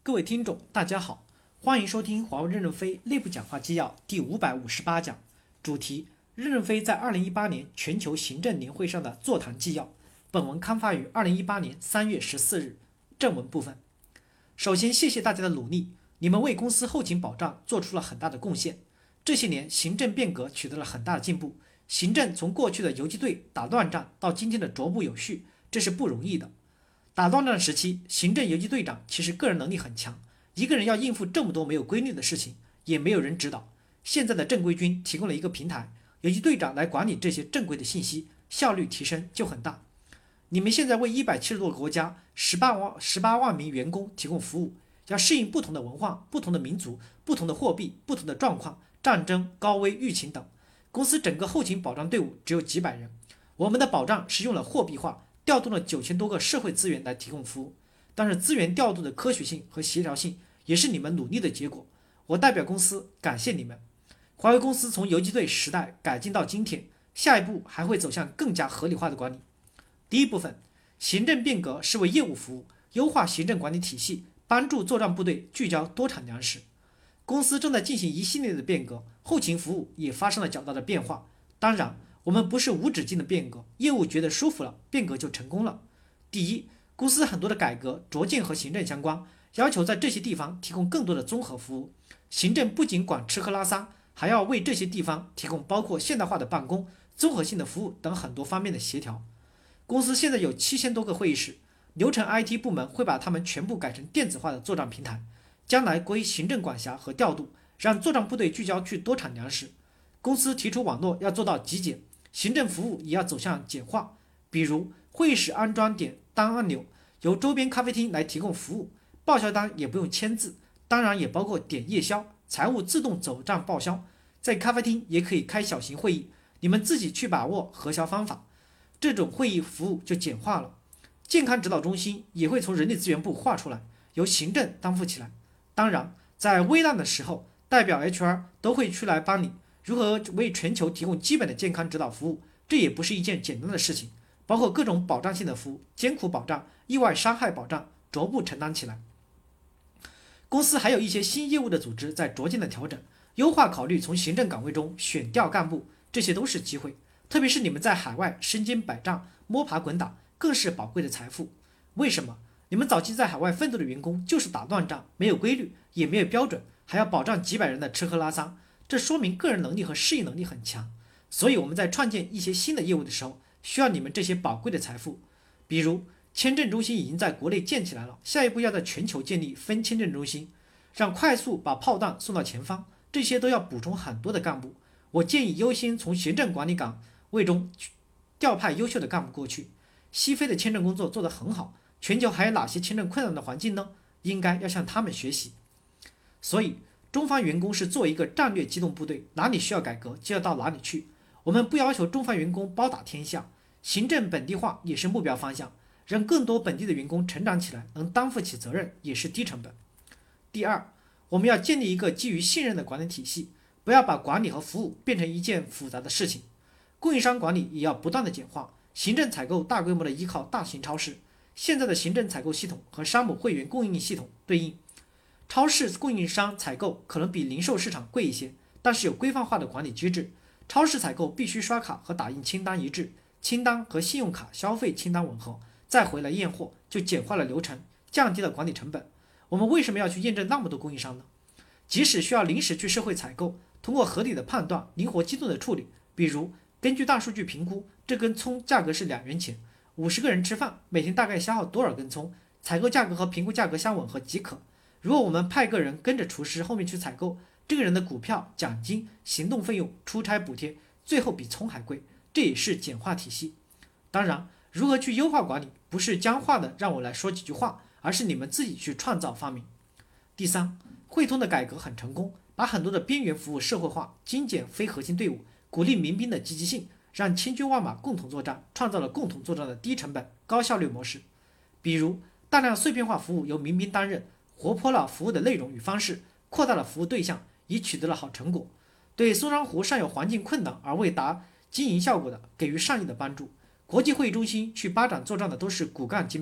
各位听众，大家好，欢迎收听华为任正非内部讲话纪要第558讲，主题：任正非在2018年全球行政年会上的座谈纪要。本文刊发于2018年3月14日。正文部分，首先谢谢大家的努力，你们为公司后勤保障做出了很大的贡献。这些年行政变革取得了很大的进步，行政从过去的游击队打乱战到今天的逐步有序，这是不容易的。打乱战时期，行政游击队长其实个人能力很强，一个人要应付这么多没有规律的事情，也没有人指导。现在的正规军提供了一个平台，游击队长来管理这些正规的信息，效率提升就很大。你们现在为170多个国家18万名员工提供服务，要适应不同的文化、不同的民族、不同的货币、不同的状况、战争、高危、疫情等。公司整个后勤保障队伍只有几百人，我们的保障是用了货币化，调动了9000多个社会资源来提供服务，但是资源调度的科学性和协调性也是你们努力的结果。我代表公司感谢你们。华为公司从游击队时代改进到今天，下一步还会走向更加合理化的管理。第一部分，行政变革是为业务服务，优化行政管理体系，帮助作战部队聚焦多产粮食。公司正在进行一系列的变革，后勤服务也发生了较大的变化。当然，我们不是无止境的变革，业务觉得舒服了，变革就成功了。第一，公司很多的改革逐渐和行政相关，要求在这些地方提供更多的综合服务。行政不仅管吃喝拉撒，还要为这些地方提供包括现代化的办公、综合性的服务等很多方面的协调。公司现在有7000多个会议室，流程 IT 部门会把它们全部改成电子化的作战平台，将来归行政管辖和调度，让作战部队聚焦去多产粮食。公司提出网络要做到极简，行政服务也要走向简化，比如会议室安装点单按钮，由周边咖啡厅来提供服务，报销单也不用签字，当然也包括点夜宵，财务自动走账报销，在咖啡厅也可以开小型会议，你们自己去把握核销方法，这种会议服务就简化了。健康指导中心也会从人力资源部划出来，由行政担负起来。当然，在危难的时候，代表 HR 都会出来帮你如何为全球提供基本的健康指导服务，这也不是一件简单的事情，包括各种保障性的服务、艰苦保障、意外伤害保障，逐步承担起来。公司还有一些新业务的组织在逐渐的调整，优化考虑从行政岗位中选调干部，这些都是机会。特别是你们在海外身经百战、摸爬滚打，更是宝贵的财富。为什么？你们早期在海外奋斗的员工就是打乱战，没有规律，也没有标准，还要保障几百人的吃喝拉撒，这说明个人能力和适应能力很强。所以我们在创建一些新的业务的时候，需要你们这些宝贵的财富。比如签证中心已经在国内建起来了，下一步要在全球建立分签证中心，让快速把炮弹送到前方，这些都要补充很多的干部。我建议优先从行政管理岗位中调派优秀的干部过去。西非的签证工作做得很好，全球还有哪些签证困难的环境呢？应该要向他们学习。所以中方员工是做一个战略机动部队，哪里需要改革就要到哪里去。我们不要求中方员工包打天下，行政本地化也是目标方向，让更多本地的员工成长起来，能担负起责任，也是低成本。第二，我们要建立一个基于信任的管理体系，不要把管理和服务变成一件复杂的事情。供应商管理也要不断的简化，行政采购大规模的依靠大型超市，现在的行政采购系统和商母会员供应系统对应，超市供应商采购可能比零售市场贵一些，但是有规范化的管理机制。超市采购必须刷卡和打印清单一致，清单和信用卡消费清单吻合，再回来验货，就简化了流程，降低了管理成本。我们为什么要去验证那么多供应商呢？即使需要临时去社会采购，通过合理的判断，灵活机动的处理，比如根据大数据评估，这根葱价格是2元钱，50个人吃饭，每天大概消耗多少根葱，采购价格和评估价格相吻合即可。如果我们派个人跟着厨师后面去采购，这个人的股票、奖金、行动费用、出差补贴，最后比葱还贵，这也是简化体系。当然，如何去优化管理，不是僵化的让我来说几句话，而是你们自己去创造发明。第三，汇通的改革很成功，把很多的边缘服务社会化，精简非核心队伍，鼓励民兵的积极性，让千军万马共同作战，创造了共同作战的低成本、高效率模式。比如，大量碎片化服务由民兵担任，活泼了服务的内容与方式，扩大了服务对象，已取得了好成果。对松山湖尚有环境困难而未达经营效果的，给予善意的帮助。国际会议中心去巴掌作战的都是骨干精兵，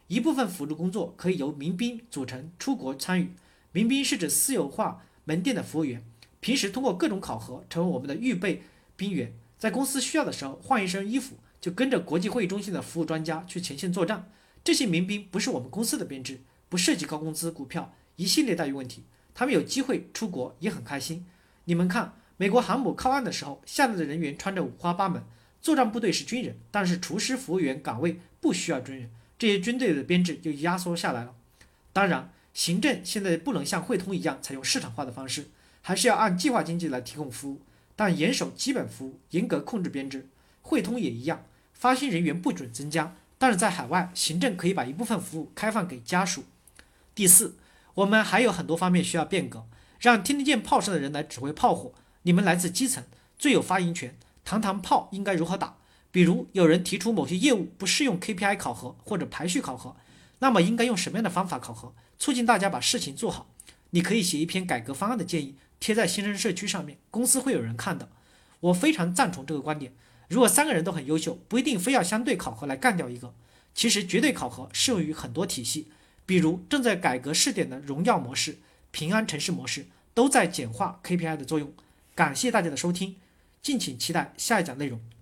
一部分辅助工作可以由民兵组成出国参与。民兵是指私有化门店的服务员，平时通过各种考核成为我们的预备兵员，在公司需要的时候换一身衣服，就跟着国际会议中心的服务专家去前线作战。这些民兵不是我们公司的编制，不涉及高工资、股票一系列待遇问题，他们有机会出国也很开心。你们看，美国航母靠岸的时候，下来的人员穿着五花八门，作战部队是军人，但是厨师、服务员岗位不需要军人，这些军队的编制就压缩下来了。当然，行政现在不能像汇通一样采用市场化的方式，还是要按计划经济来提供服务，但严守基本服务，严格控制编制。汇通也一样，发薪人员不准增加，但是在海外，行政可以把一部分服务开放给家属。第四，我们还有很多方面需要变革，让听得见炮声的人来指挥炮火。你们来自基层，最有发言权，谈谈炮应该如何打。比如有人提出某些业务不适用 KPI 考核或者排序考核，那么应该用什么样的方法考核，促进大家把事情做好。你可以写一篇改革方案的建议，贴在新生社区上面，公司会有人看的。我非常赞同这个观点。如果3个人都很优秀，不一定非要相对考核来干掉一个。其实绝对考核适用于很多体系，比如正在改革试点的荣耀模式、平安城市模式，都在简化 KPI 的作用。感谢大家的收听，敬请期待下一讲内容。